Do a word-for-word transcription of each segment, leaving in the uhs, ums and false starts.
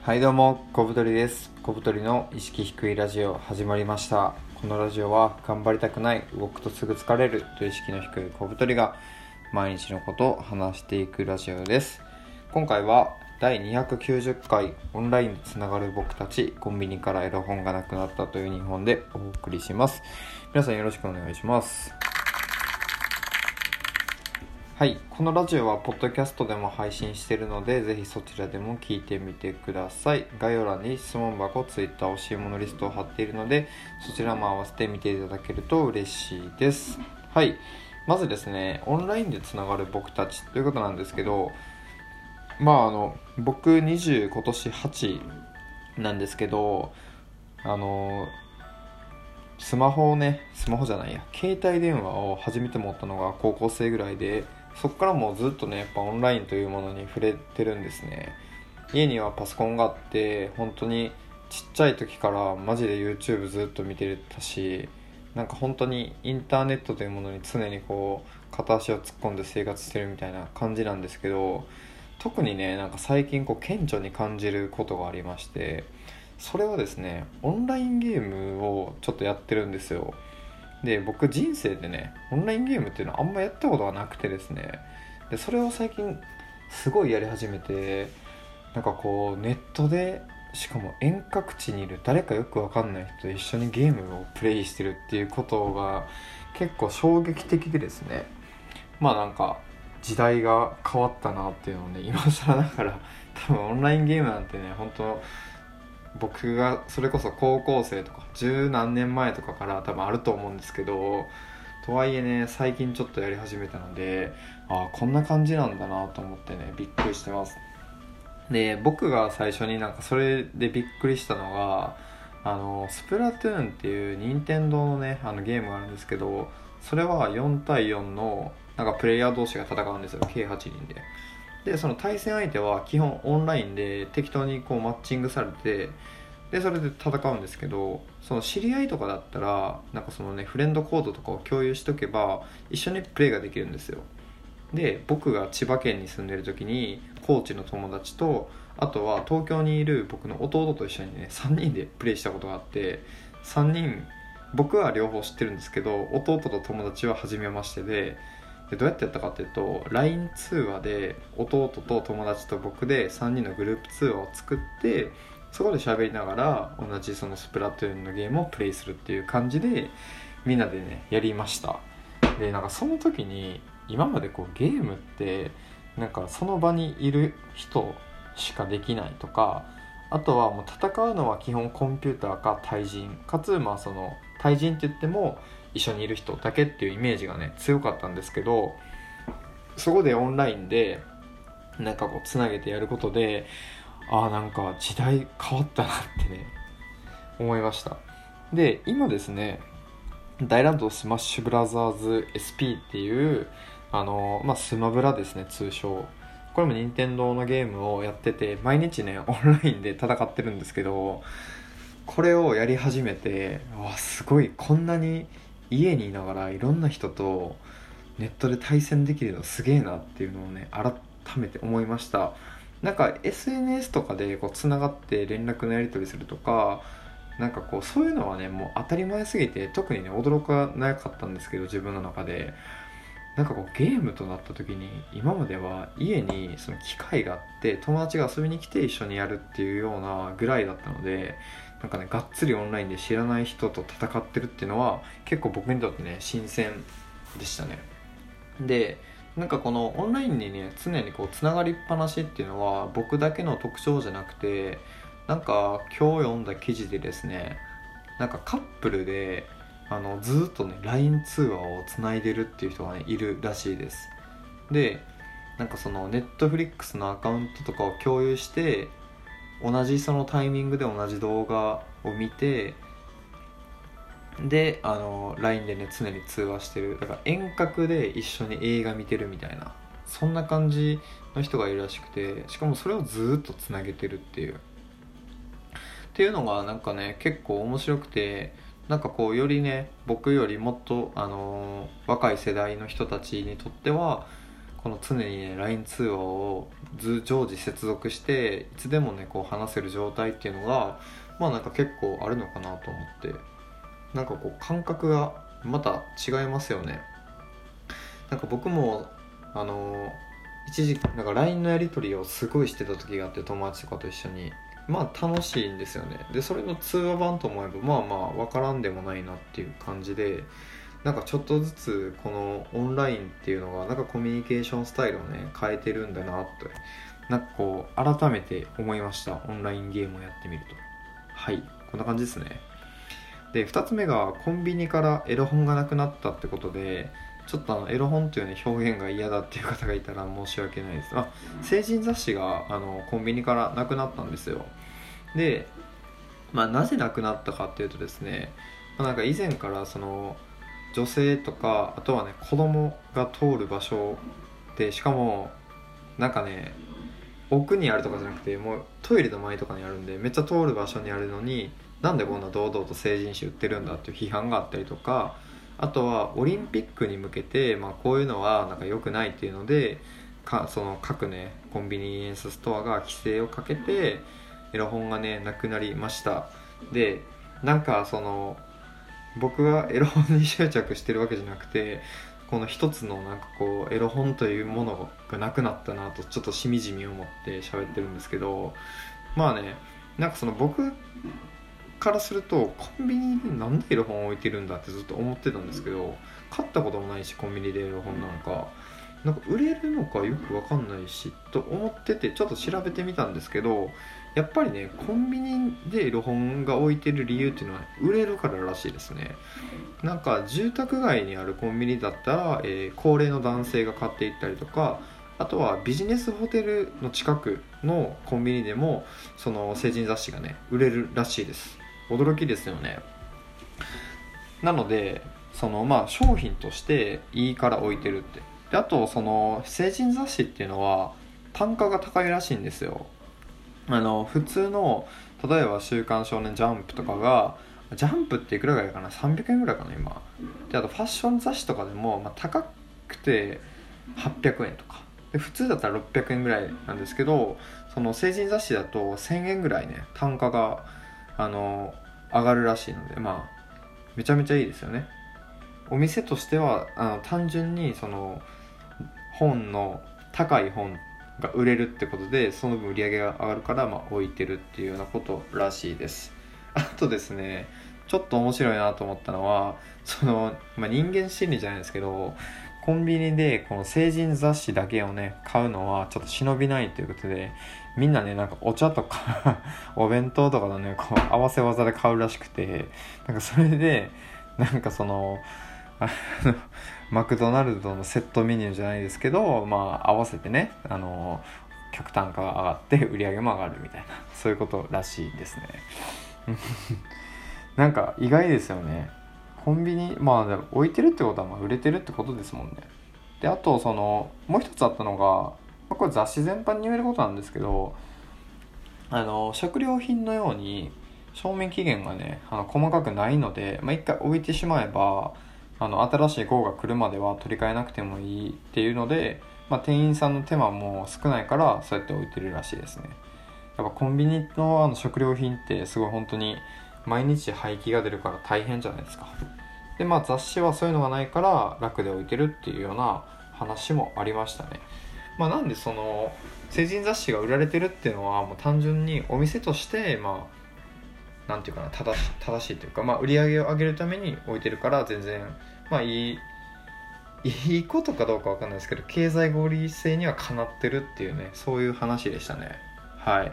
はいどうも、小太りです。小太りの意識低いラジオ始まりました。このラジオは頑張りたくない、動くとすぐ疲れるという意識の低い小太りが毎日のことを話していくラジオです。今回はだいにひゃくきゅうじゅっかいオンラインでつながる僕たち、コンビニからエロ本がなくなったというにほんでお送りします。皆さんよろしくお願いします。はい、このラジオはポッドキャストでも配信しているので、ぜひそちらでも聞いてみてください。概要欄に質問箱、ツイッター、欲しいものリストを貼っているので、そちらも合わせて見ていただけると嬉しいです。はい、まずですね、オンラインでつながる僕たちということなんですけど、まああの僕にじゅう今年はちなんですけど、あのスマホをね、スマホじゃないや、携帯電話を初めて持ったのが高校生ぐらいで、そこからもうずっとね、やっぱオンラインというものに触れてるんですね。家にはパソコンがあって、本当にちっちゃい時からマジで YouTube ずっと見てたし、なんか本当にインターネットというものに常にこう片足を突っ込んで生活してるみたいな感じなんですけど、特にね、なんか最近こう顕著に感じることがありまして、それはですね、オンラインゲームをちょっとやってるんですよ。で、僕人生でね、オンラインゲームっていうのはあんまやったことがなくてですね、でそれを最近すごいやり始めて、なんかこうネットで、しかも遠隔地にいる誰かよくわかんない人と一緒にゲームをプレイしてるっていうことが結構衝撃的でですね、まあなんか時代が変わったなっていうのをね、今更ながら、多分オンラインゲームなんてね、本当僕がそれこそ高校生とか十何年前とかから多分あると思うんですけど、とはいえね、最近ちょっとやり始めたので、ああこんな感じなんだなと思ってね、びっくりしてます。で、僕が最初になんかそれでびっくりしたのが、あのスプラトゥーンっていう任天堂のね、あのゲームがあるんですけど、それはよんたいよんのなんかプレイヤー同士が戦うんですよ、計はちにんで。でその対戦相手は基本オンラインで適当にこうマッチングされて、でそれで戦うんですけど、その知り合いとかだったらなんかそのね、フレンドコードとかを共有しとけば一緒にプレイができるんですよ。で、僕が千葉県に住んでる時に高知の友達と、あとは東京にいる僕の弟と一緒にね、さんにんでプレイしたことがあって、さんにん、僕は両方知ってるんですけど、弟と友達は初めましてで、でどうやってやったかっていうと、 ライン 通話で弟と友達と僕でさんにんのグループ通話を作って、そこで喋りながら同じそのスプラトゥーンのゲームをプレイするっていう感じでみんなでね、やりました。で、なんかその時に、今までこうゲームってなんかその場にいる人しかできないとか、あとはもう戦うのは基本コンピューターか対人かつ、まあその対人って言っても一緒にいる人だけっていうイメージがね、強かったんですけど、そこでオンラインでなんかこうつなげてやることで、ああなんか時代変わったなってね、思いました。で、今ですね、大乱闘スマッシュブラザーズ エスピー っていうあの、まあ、スマブラですね、通称。これも任天堂のゲームをやってて、毎日ねオンラインで戦ってるんですけど、これをやり始めて、わすごい、こんなに家にいながらいろんな人とネットで対戦できるのすげえなっていうのをね、改めて思いました。なんか エスエヌエス とかでこうつながって連絡のやり取りするとか、なんかこうそういうのはね、もう当たり前すぎて特にね驚かなかったんですけど、自分の中でなんかこうゲームとなった時に、今までは家にその機械があって友達が遊びに来て一緒にやるっていうようなぐらいだったので、なんかねがっつりオンラインで知らない人と戦ってるっていうのは結構僕にとってね新鮮でしたね。で、なんかこのオンラインにね常にこうつながりっぱなしっていうのは僕だけの特徴じゃなくて、なんか今日読んだ記事でですね、なんかカップルであのずっとね ライン 通話をつないでるっていう人がねいるらしいです。で、なんかそのネットフリックスのアカウントとかを共有して、同じそのタイミングで同じ動画を見て、であの ライン でね常に通話してる、だから遠隔で一緒に映画見てるみたいな、そんな感じの人がいるらしくて、しかもそれをずっとつなげてるっていうっていうのがなんかね結構面白くて、なんかこうよりね僕よりもっとあのー若い世代の人たちにとってはこの常にね ライン 通話をず常時接続していつでもねこう話せる状態っていうのがまあなんか結構あるのかなと思って、なんかこう感覚がまた違いますよね。なんか僕もあの一時なんか ライン のやり取りをすごいしてた時があって、友達とかと一緒にまあ楽しいんですよね。でそれの通話版と思えばまあまあ分からんでもないなっていう感じで、なんかちょっとずつこのオンラインっていうのがなんかコミュニケーションスタイルをね変えてるんだなってなんかこう改めて思いました。オンラインゲームをやってみると。はい、こんな感じですね。でふたつめがコンビニからエロ本がなくなったってことで、ちょっとあのエロ本という、ね、表現が嫌だっていう方がいたら申し訳ないです。あ、成人雑誌があのコンビニからなくなったんですよ。で、まあ、なぜなくなったかっていうとですね、まあ、なんか以前からその女性とかあとはね子供が通る場所で、しかもなんかね奥にあるとかじゃなくてもうトイレの前とかにあるんでめっちゃ通る場所にあるのに、なんでこんな堂々と成人誌売ってるんだっていう批判があったりとか、あとはオリンピックに向けて、まあ、こういうのはなんか良くないっていうのでかその各ねコンビニエンスストアが規制をかけてエロ本がねなくなりました。でなんかその僕はエロ本に執着してるわけじゃなくて、この一つのなんかこうエロ本というものがなくなったなとちょっとしみじみ思って喋ってるんですけど、まあねなんかその僕からするとコンビニになんでエロ本置いてるんだってずっと思ってたんですけど、買ったこともないしコンビニでエロ本なんかなんか売れるのかよくわかんないしと思っててちょっと調べてみたんですけど、やっぱりねコンビニでエロ本が置いてる理由っていうのは売れるかららしいですね。なんか住宅街にあるコンビニだったら、えー高齢の男性が買っていったりとか、あとはビジネスホテルの近くのコンビニでもその成人雑誌がね売れるらしいです。驚きですよね。なのでそのまあ商品としていいから置いてるって。であとその成人雑誌っていうのは単価が高いらしいんですよ。あの普通の例えば週刊少年ジャンプとかがジャンプっていくらぐらいかな、さんびゃくえんぐらいかな今で、あとファッション雑誌とかでも、まあ、高くてはっぴゃくえんとかで、普通だったらろっぴゃくえんぐらいなんですけど、その成人雑誌だとせんえんぐらいね単価があの上がるらしいので、まあめちゃめちゃいいですよね。お店としてはあの単純にその本の高い本が売れるってことでその分売り上げが上がるから、まあ、置いてるっていうようなことらしいです。あとですねちょっと面白いなと思ったのはその、まあ、人間心理じゃないですけど、コンビニでこの成人雑誌だけをね買うのはちょっと忍びないということで、みんなねなんかお茶とかお弁当とかのねこう合わせ技で買うらしくて、なんかそれでなんかそのあのマクドナルドのセットメニューじゃないですけど、まあ合わせてねあの客単価が上がって売り上げも上がるみたいな、そういうことらしいですねなんか意外ですよね。コンビニまあでも置いてるってことはまあ売れてるってことですもんね。であとそのもう一つあったのが、これ雑誌全般に言えることなんですけど、あの食料品のように賞味期限がねあの細かくないので、まあ、一回置いてしまえばあの新しい号が来るまでは取り替えなくてもいいっていうので、まあ、店員さんの手間も少ないからそうやって置いてるらしいですね。やっぱコンビニ の, あの食料品ってすごい本当に毎日廃棄が出るから大変じゃないですか。でまあ雑誌はそういうのがないから楽で置いてるっていうような話もありましたね。まあなんでその成人雑誌が売られてるっていうのはもう単純にお店としてまあなんていうかな正し正しいというか、まあ、売り上げを上げるために置いてるから全然まあいいいいことかどうかわかんないですけど経済合理性にはかなってるっていうね、そういう話でしたね。はい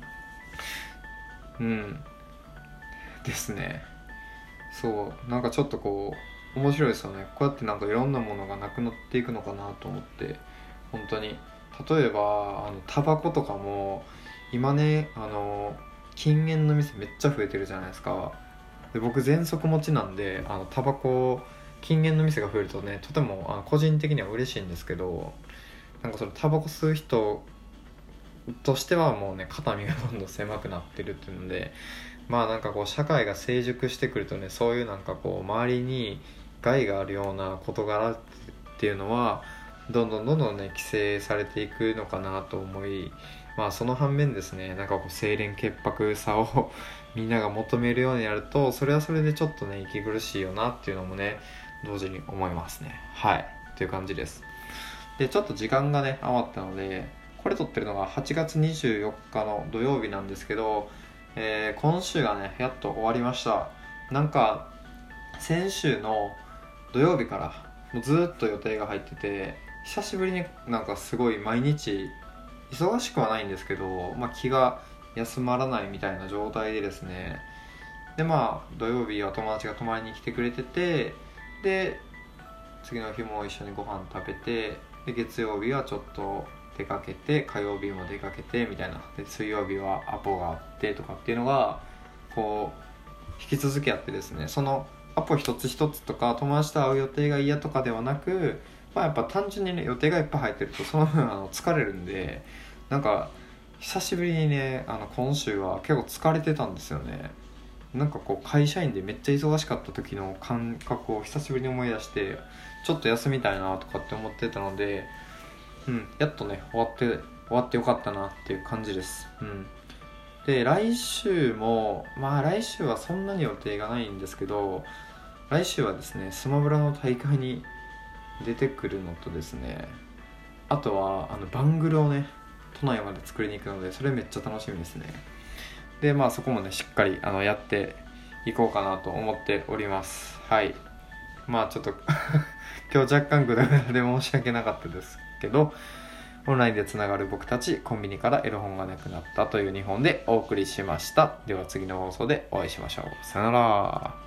うんですね。そうなんかちょっとこう面白いですよね。こうやってなんかいろんなものがなくなっていくのかなと思って、本当に例えばあのタバコとかも今ねあの禁煙の店めっちゃ増えてるじゃないですか。で僕喘息持ちなんであのタバコ禁煙の店が増えるとねとてもあの個人的には嬉しいんですけど、なんかそのタバコ吸う人としてはもうね肩身がどんどん狭くなってるっていうので、まあなんかこう社会が成熟してくるとねそういうなんかこう周りに害があるような事柄っていうのはどんどんどんどんね規制されていくのかなと思い、まあその反面ですね、なんかこう清廉潔白さをみんなが求めるようになると、それはそれでちょっとね息苦しいよなっていうのもね同時に思いますね。はいという感じです。でちょっと時間がね余ったので、これ撮ってるのがはちがつにじゅうよっかの土曜日なんですけど、えー、今週がねやっと終わりました。なんか先週の土曜日からもうずっと予定が入ってて、久しぶりになんかすごい毎日忙しくはないんですけど、まあ、気が休まらないみたいな状態でですね、でまあ土曜日は友達が泊まりに来てくれてて、で次の日も一緒にご飯食べて、で月曜日はちょっと出かけて、火曜日も出かけてみたいな、で水曜日はアポがあってとかっていうのがこう引き続きあってですね、そのアポ一つ一つとか友達と会う予定が嫌とかではなく、まあ、やっぱ単純にね予定がいっぱい入ってるとその分あの疲れるんで、なんか久しぶりにねあの今週は結構疲れてたんですよね。なんかこう会社員でめっちゃ忙しかった時の感覚を久しぶりに思い出して、ちょっと休みたいなとかって思ってたので、うん、やっとね終わって終わってよかったなっていう感じです。うん、で来週もまあ来週はそんなに予定がないんですけど、来週はですねスマブラの大会に出てくるのとですね、あとはあのバングルをね都内まで作りに行くので、それめっちゃ楽しみですね。でまあそこもねしっかりあのやっていこうかなと思っております。はい、まあちょっと今日若干グダグダで申し訳なかったですけど、オンラインでつながる僕たち、コンビニからエロ本がなくなったというにほんでお送りしました。では次の放送でお会いしましょう。さよなら。